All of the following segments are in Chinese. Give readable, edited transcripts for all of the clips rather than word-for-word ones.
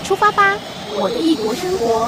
出发吧，我的异国生活。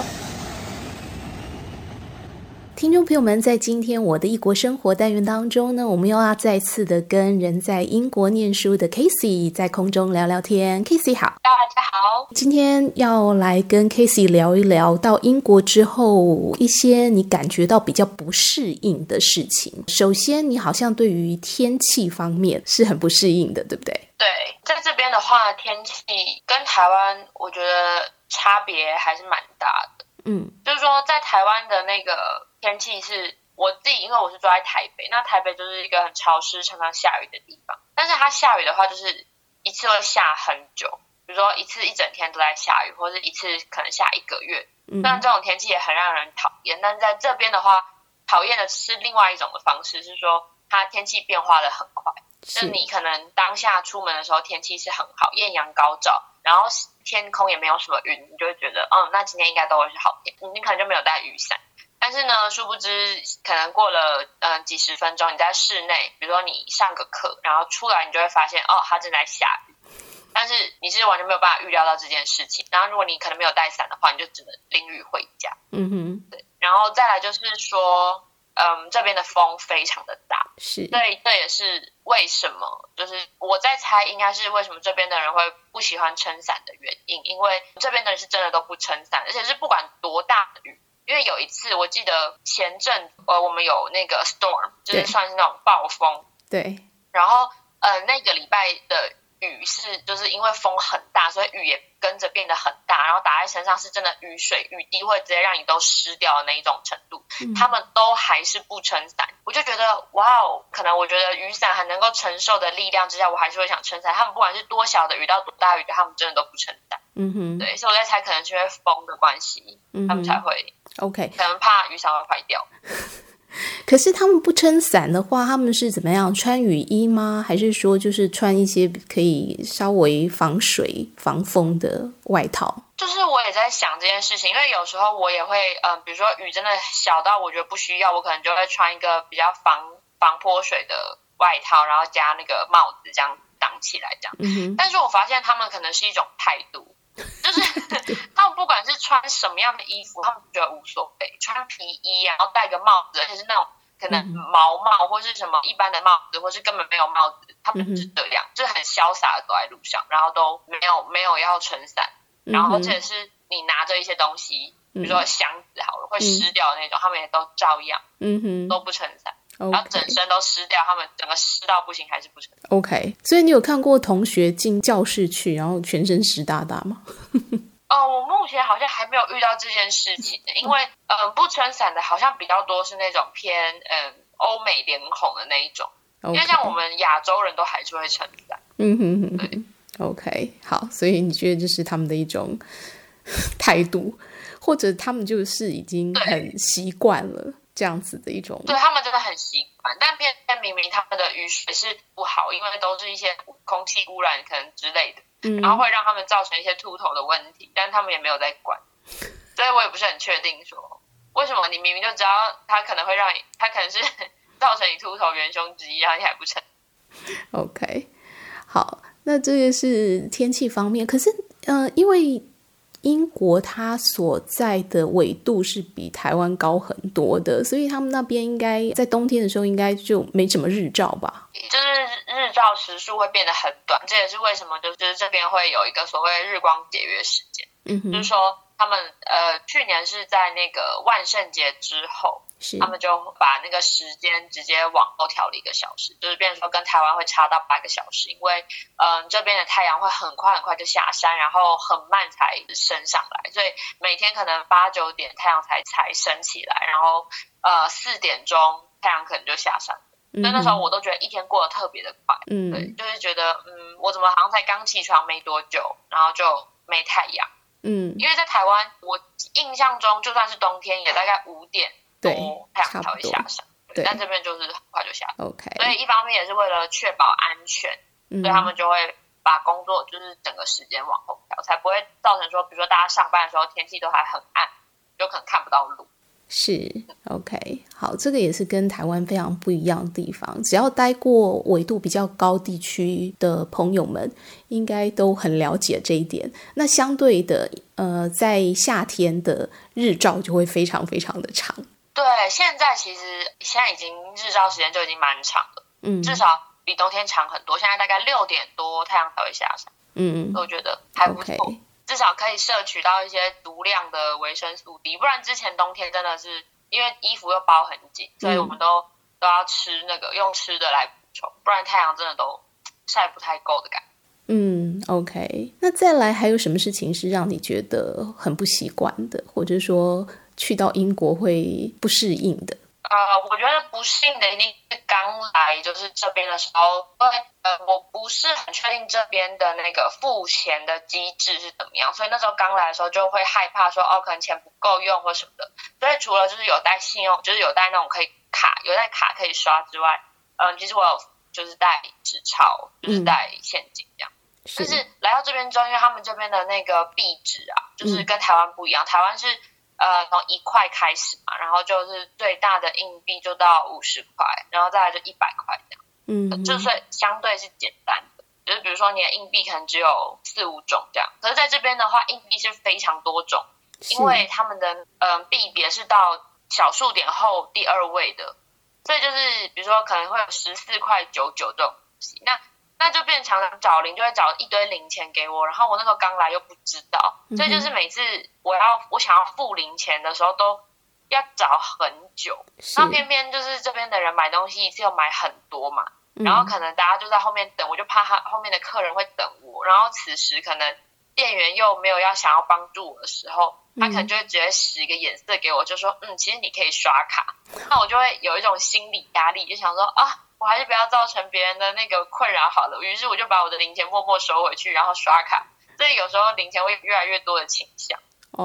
听众朋友们，在今天我的异国生活单元当中呢，我们又要再次的跟人在英国念书的 Casey 在空中聊聊天。Casey 好。 大家好。 今天要来跟 Casey 聊一聊到英国之后一些你感觉到比较不适应的事情。首先，你好像对于天气方面是很不适应的，对不对？ 对，在这边的话，天气跟台湾我觉得差别还是蛮大的。就是说在台湾的那个天气是我自己，因为我是住在台北，那台北就是一个很潮湿常常下雨的地方，但是它下雨的话就是一次会下很久，比如说一次一整天都在下雨，或是一次可能下1个月。那这种天气也很让人讨厌。但是在这边的话，讨厌的是另外一种的方式，是说它天气变化的很快，就是你可能当下出门的时候天气是很好，艳阳高照，然后天空也没有什么云，你就会觉得那今天应该都会是好天，你可能就没有带雨伞。但是呢，殊不知可能过了几十分钟，你在室内，比如说你上个课，然后出来你就会发现它正在下雨，但是你是完全没有办法预料到这件事情。然后如果你可能没有带伞的话，你就只能淋雨回家。对。然后再来就是说这边的风非常的大， 是， 对，这也是为什么，就是我在猜应该是为什么这边的人会不喜欢撑伞的原因，因为这边的人是真的都不撑伞，而且是不管多大的雨。因为有一次我记得前阵我们有那个 storm， 就是算是那种暴风， 对， 然后那个礼拜的雨是就是因为风很大，所以雨也跟着变得很大，然后打在身上是真的雨水雨滴会直接让你都湿掉的那一种程度。他们都还是不撑伞，我就觉得哇哦，可能我觉得雨伞很能够承受的力量之下，我还是会想撑伞。他们不管是多小的雨到多大雨，他们真的都不撑伞。对，所以我在猜可能是因为风的关系，他们才会 OK， 可能怕雨伞会坏掉。 可是他们不撑伞的话，他们是怎么样？穿雨衣吗？还是说就是穿一些可以稍微防水防风的外套？ 就是我也在想这件事情，因为有时候我也会比如说雨真的小到我觉得不需要，我可能就会穿一个比较防泼水的外套，然后加那个帽子这样挡起来这样。但是我发现他们可能是一种态度，就是他们不管是穿什么样的衣服，他们觉得无所谓，穿皮衣然后戴个帽子，而且是那种可能毛帽或是什么一般的帽子，或是根本没有帽子，他们是这样，就是很潇洒的走在路上，然后都没有要撑伞，然后而且是你拿着一些东西，比如说箱子好了会湿掉的那种，他们也都照样都不撑伞。然后整身都湿掉，他们整个湿到不行还是不成。 OK， 所以你有看过同学进教室去然后全身湿哒哒吗？ 我目前好像还没有遇到这件事情，因为不撑伞的好像比较多是那种偏欧美脸孔的那一种，因为像我们亚洲人都还是会撑伞。对 OK， 好，所以你觉得这是他们的一种态度，或者他们就是已经很习惯了这样子的一种， 对，他们真的很习惯，但偏偏明明他们的雨水是不好，因为都是一些空气污染可能之类的，然后会让他们造成一些秃头的问题，但他们也没有在管，所以我也不是很确定说为什么你明明就知道他可能会让你，他可能是造成你秃头元凶之一，然后你还不承认。 OK， 好，那这个是天气方面，可是因为英国它所在的纬度是比台湾高很多的，所以他们那边应该在冬天的时候应该就没什么日照吧？ 就是日照时数会变得很短，这也是为什么就是这边会有一个所谓日光节约时间。就是说他们去年是在那个万圣节之后，他们就把那个时间直接往后调了1个小时，就是变成说跟台湾会差到8个小时，因为这边的太阳会很快很快就下山，然后很慢才升上来，所以每天可能8、9点太阳才升起来，然后4点钟太阳可能就下山。所以那时候我都觉得一天过得特别的快。对，就是觉得我怎么好像才刚起床没多久，然后就没太阳。因为在台湾我印象中就算是冬天也大概5点多太阳才会下山，但这边就是很快就下山。 OK， 所以一方面也是为了确保安全，所以他们就会把工作就是整个时间往后调，才不会造成说比如说大家上班的时候天气都还很暗，就可能看不到路。 是 OK， 好，这个也是跟台湾非常不一样的地方。只要待过纬度比较高地区的朋友们，应该都很了解这一点。那相对的，在夏天的日照就会非常非常的长。 对，现在已经日照时间就已经蛮长了，至少比冬天长很多。现在大概6点多太阳才会下山，我觉得还不错。Okay. 至少可以摄取到一些足量的维生素 D， 不然之前冬天真的是因为衣服又包很紧，所以我们都要吃用吃的来补充，不然太阳真的都晒不太够的感觉。 OK。那再来还有什么事情是让你觉得很不习惯的，或者说去到英国会不适应的？ 我觉得不适应的一定是刚来就是这边的时候，因为我不是很确定这边的那个付钱的机制是怎么样，所以那时候刚来的时候就会害怕说可能钱不够用或什么的。所以除了就是有带信用，就是有带那种有带卡可以刷之外，其实我有就是带纸钞，就是带现金这样。但是来到这边之后，因为他们这边的那个币值啊，就是跟台湾不一样，台湾是从1块开始嘛，然后就是最大的硬币就到50块，然后再来就100块这样。就是相对是简单的，就是比如说你的硬币可能只有4-5种这样，可是在这边的话，硬币是非常多种，因为他们的币别是到小数点后第2位的，所以就是比如说可能会有14.99块这种东西，那就变常常找零，就会找一堆零钱给我，然后我那时候刚来又不知道，所以就是每次我想要付零钱的时候都要找很久，然后偏偏就是这边的人买东西一次又买很多嘛，然后可能大家就在后面等，我就怕后面的客人会等我，然后此时可能店员又没有想要帮助我的时候，他可能就会直接使一个眼色给我，就说其实你可以刷卡，那我就会有一种心理压力，就想说我还是不要造成别人的那个困扰好了，于是我就把我的零钱默默收回去，然后刷卡，所以有时候零钱会越来越多的倾向。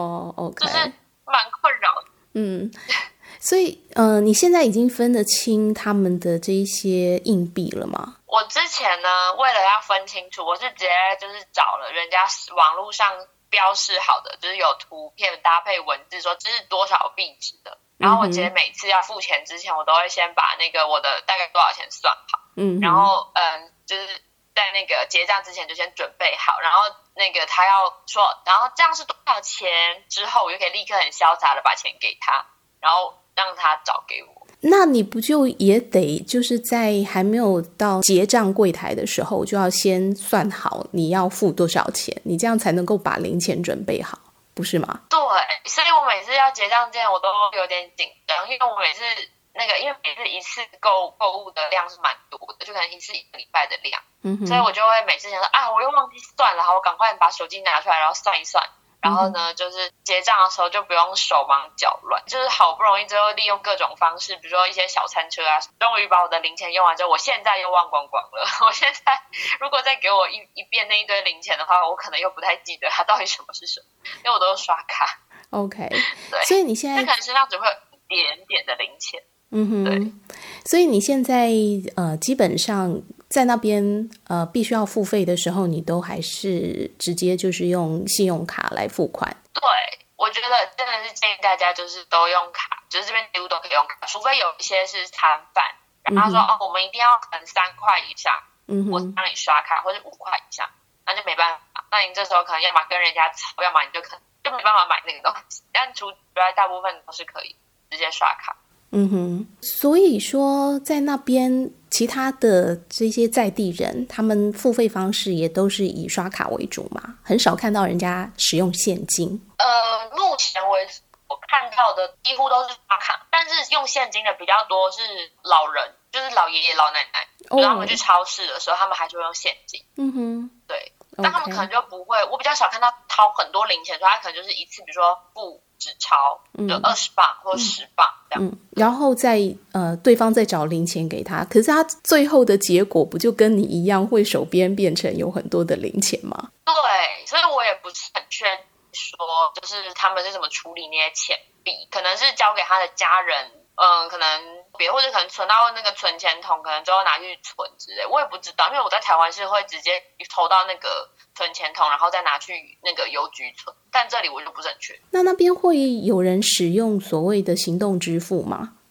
OK， 就是蛮困扰的。 所以你现在已经分得清他们的这一些硬币了吗？ 我之前呢，为了要分清楚，我是直接就是找了人家网络上标示好的，就是有图片搭配文字说这是多少币值的，然后我直接每次要付钱之前，我都会先把那个我的大概多少钱算好，然后就是在那个结账之前就先准备好，然后那个他要说，然后这样是多少钱之后，我就可以立刻很潇洒的把钱给他，然后让他找给我。 那你不就也得就是在还没有到结账柜台的时候就要先算好你要付多少钱，你这样才能够把零钱准备好，不是吗？ 对，所以我每次要结账之前我都有点紧张，因为我每次因为每次一次购物的量是蛮多的，就可能一次1个礼拜的量，所以我就会每次想说我又忘记算了，好，我赶快把手机拿出来，然后算一算，然后呢，就是结账的时候就不用手忙脚乱，就是好不容易最后利用各种方式，比如说一些小餐车啊，终于把我的零钱用完之后，我现在又忘光光了。我现在如果再给我一遍那一堆零钱的话，我可能又不太记得它到底什么是什么，因为我都用刷卡。 OK， 对， 所以你现在可能身上只会有一点点的零钱。对， 所以你现在基本上在那边必须要付费的时候，你都还是直接就是用信用卡来付款。 对，我觉得真的是建议大家就是都用卡，就是这边几乎都可以用卡，除非有一些是餐饭，然后他说我们一定要可能3块以上，我帮你刷卡，或者5块以上，那就没办法，那你这时候可能要么跟人家吵，要么你就可能就没办法买那个东西，但除外大部分都是可以直接刷卡。 所以说在那边其他的这些在地人，他们付费方式也都是以刷卡为主嘛，很少看到人家使用现金。 目前为止我看到的几乎都是刷卡，但是用现金的比较多是老人，就是老爷爷老奶奶，然后他们去超市的时候他们还是会用现金。对，但他们可能就不会，我比较少看到掏很多零钱，所以他可能就是一次比如说付纸钞就20磅或10磅这样， 然后再对方再找零钱给他，可是他最后的结果不就跟你一样会手边变成有很多的零钱吗？ 对，所以我也不是很确定说就是他们是怎么处理那些钱币，可能是交给他的家人，可能或者可能存到那个存钱筒，可能之后拿去存之类，我也不知道，因为我在台湾是会直接投到那个存钱筒，然后再拿去那个邮局存，但这里我就不是很确定。 那边会有人使用所谓的行动支付吗？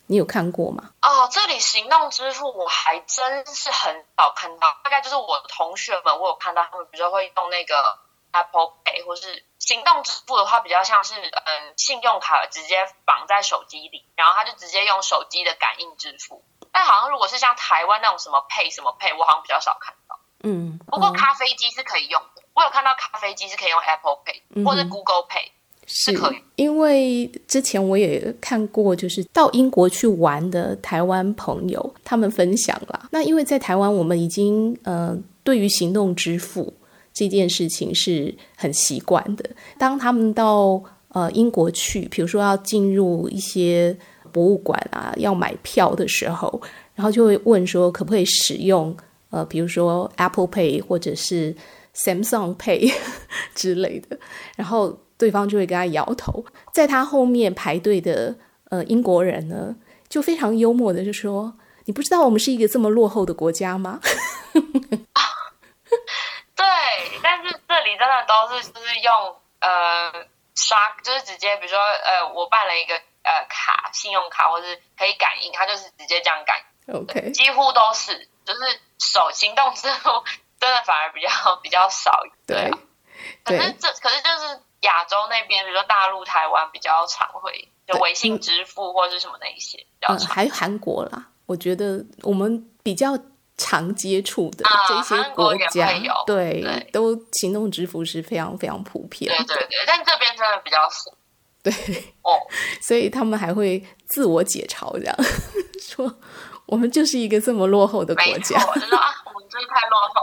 你有看过吗？ 这里行动支付我还真是很少看到，大概就是我的同学们，我有看到他们比如说会用那个 Apple Pay， 或是行动支付的话比较像是信用卡直接绑在手机里，然后他就直接用手机的感应支付。但好像如果是像台湾那种什么 Pay 什么 Pay， 我好像比较少看到。不过咖啡机是可以用的，我有看到咖啡机是可以用 Apple Pay，或者 Google Pay。是可以， 因为之前我也看过，就是到英国去玩的台湾朋友，他们分享啦。那因为在台湾，我们已经对于行动支付这件事情是很习惯的。当他们到英国去，比如说要进入一些博物馆啊，要买票的时候，然后就会问说可不可以使用比如说 Apple Pay 或者是 Samsung Pay 之类的，然后对方就会跟他摇头。在他后面排队的英国人呢，就非常幽默的就说：“你不知道我们是一个这么落后的国家吗？” 对，但是这里真的都是就是用刷，就是直接比如说我办了一个卡，信用卡或是可以感应，它就是直接这样感应。 OK， 几乎都是就是手行动支付，真的反而比较少。对，可是就是亚洲那边，比如说大陆、台湾比较常会就微信支付或是什么那一些比较常。 还有韩国啦，我觉得我们比较常接触的这些国家，对，都行动支付是非常非常普遍。 对，但这边真的比较少。 对，所以他们还会自我解嘲这样说，我们就是一个这么落后的国家。 没错，就说我们真的太落后。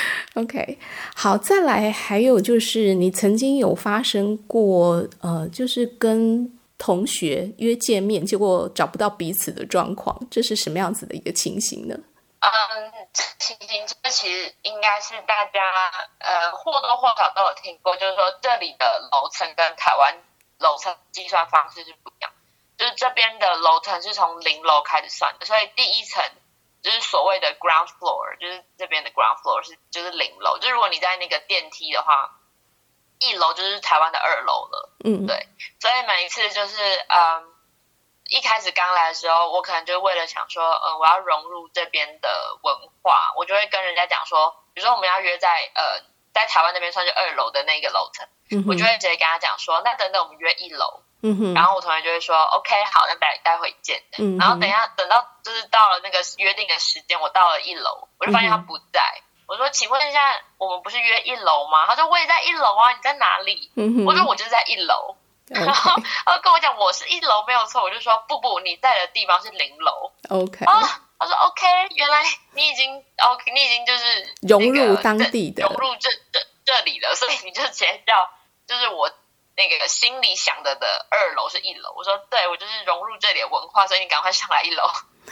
OK， 好，再来还有就是你曾经有发生过就是跟同学约见面，结果找不到彼此的状况，这是什么样子的一个情形呢？ 情形这其实应该是大家或多或少都有听过，就是说这里的楼层跟台湾楼层计算方式是不一样，就是这边的楼层是从0楼开始算的，所以第一层就是所谓的 ground floor， 就是这边的 ground floor 就是0楼，就如果你在那个电梯的话，1楼就是台湾的2楼了。对，所以每一次就是一开始刚来的时候，我可能就为了想说我要融入这边的文化，我就会跟人家讲说，比如说我们要约在台湾那边算是2楼的那个楼层，我就会直接跟他讲说，那等等我们约1楼。然后我同学就会说 OK 好，那待会见。然后等到就是到了那个约定的时间，我到了1楼，我就发现他不在。我说请问一下，我们不是约1楼吗？他说我也在1楼啊，你在哪里？我说我就是在1楼。然后他跟我讲我是1楼没有错，我就说不，你在的地方是0楼。 OK， 他说 OK， 原来你已经就是融入当地的， 融入这里了，所以你就直接叫就是我那个心里想的2楼是1楼。我说对，我就是融入这里的文化，所以你赶快上来1楼。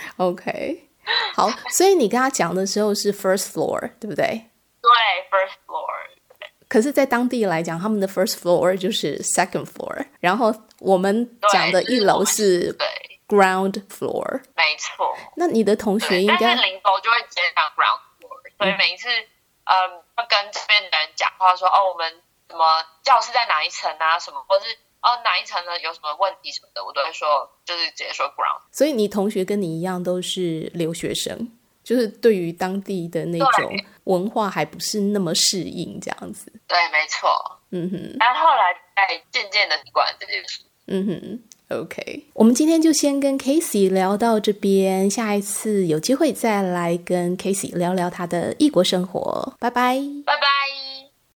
OK， 好，所以你跟他讲的时候是 first floor， 对不对？ 对 ，first floor。 可是在当地来讲，他们的 first floor 就是 second floor， 然后我们讲的1楼是 ground floor。 没错。 那你的同学应该， 但是0楼就会直接讲 ground floor， 所以每一次要跟这边的人讲话说我们什么教室在哪一层啊什么，或是哪一层呢有什么问题什么的，我都会说就是直接说 ground。 所以你同学跟你一样都是留学生，就是对于当地的那种文化还不是那么适应这样子。 对，没错。但后来才渐渐的习惯这件事。 OK， 我们今天就先跟 Casey 聊到这边，下一次有机会再来跟 Casey 聊聊她的异国生活。拜拜， 拜拜。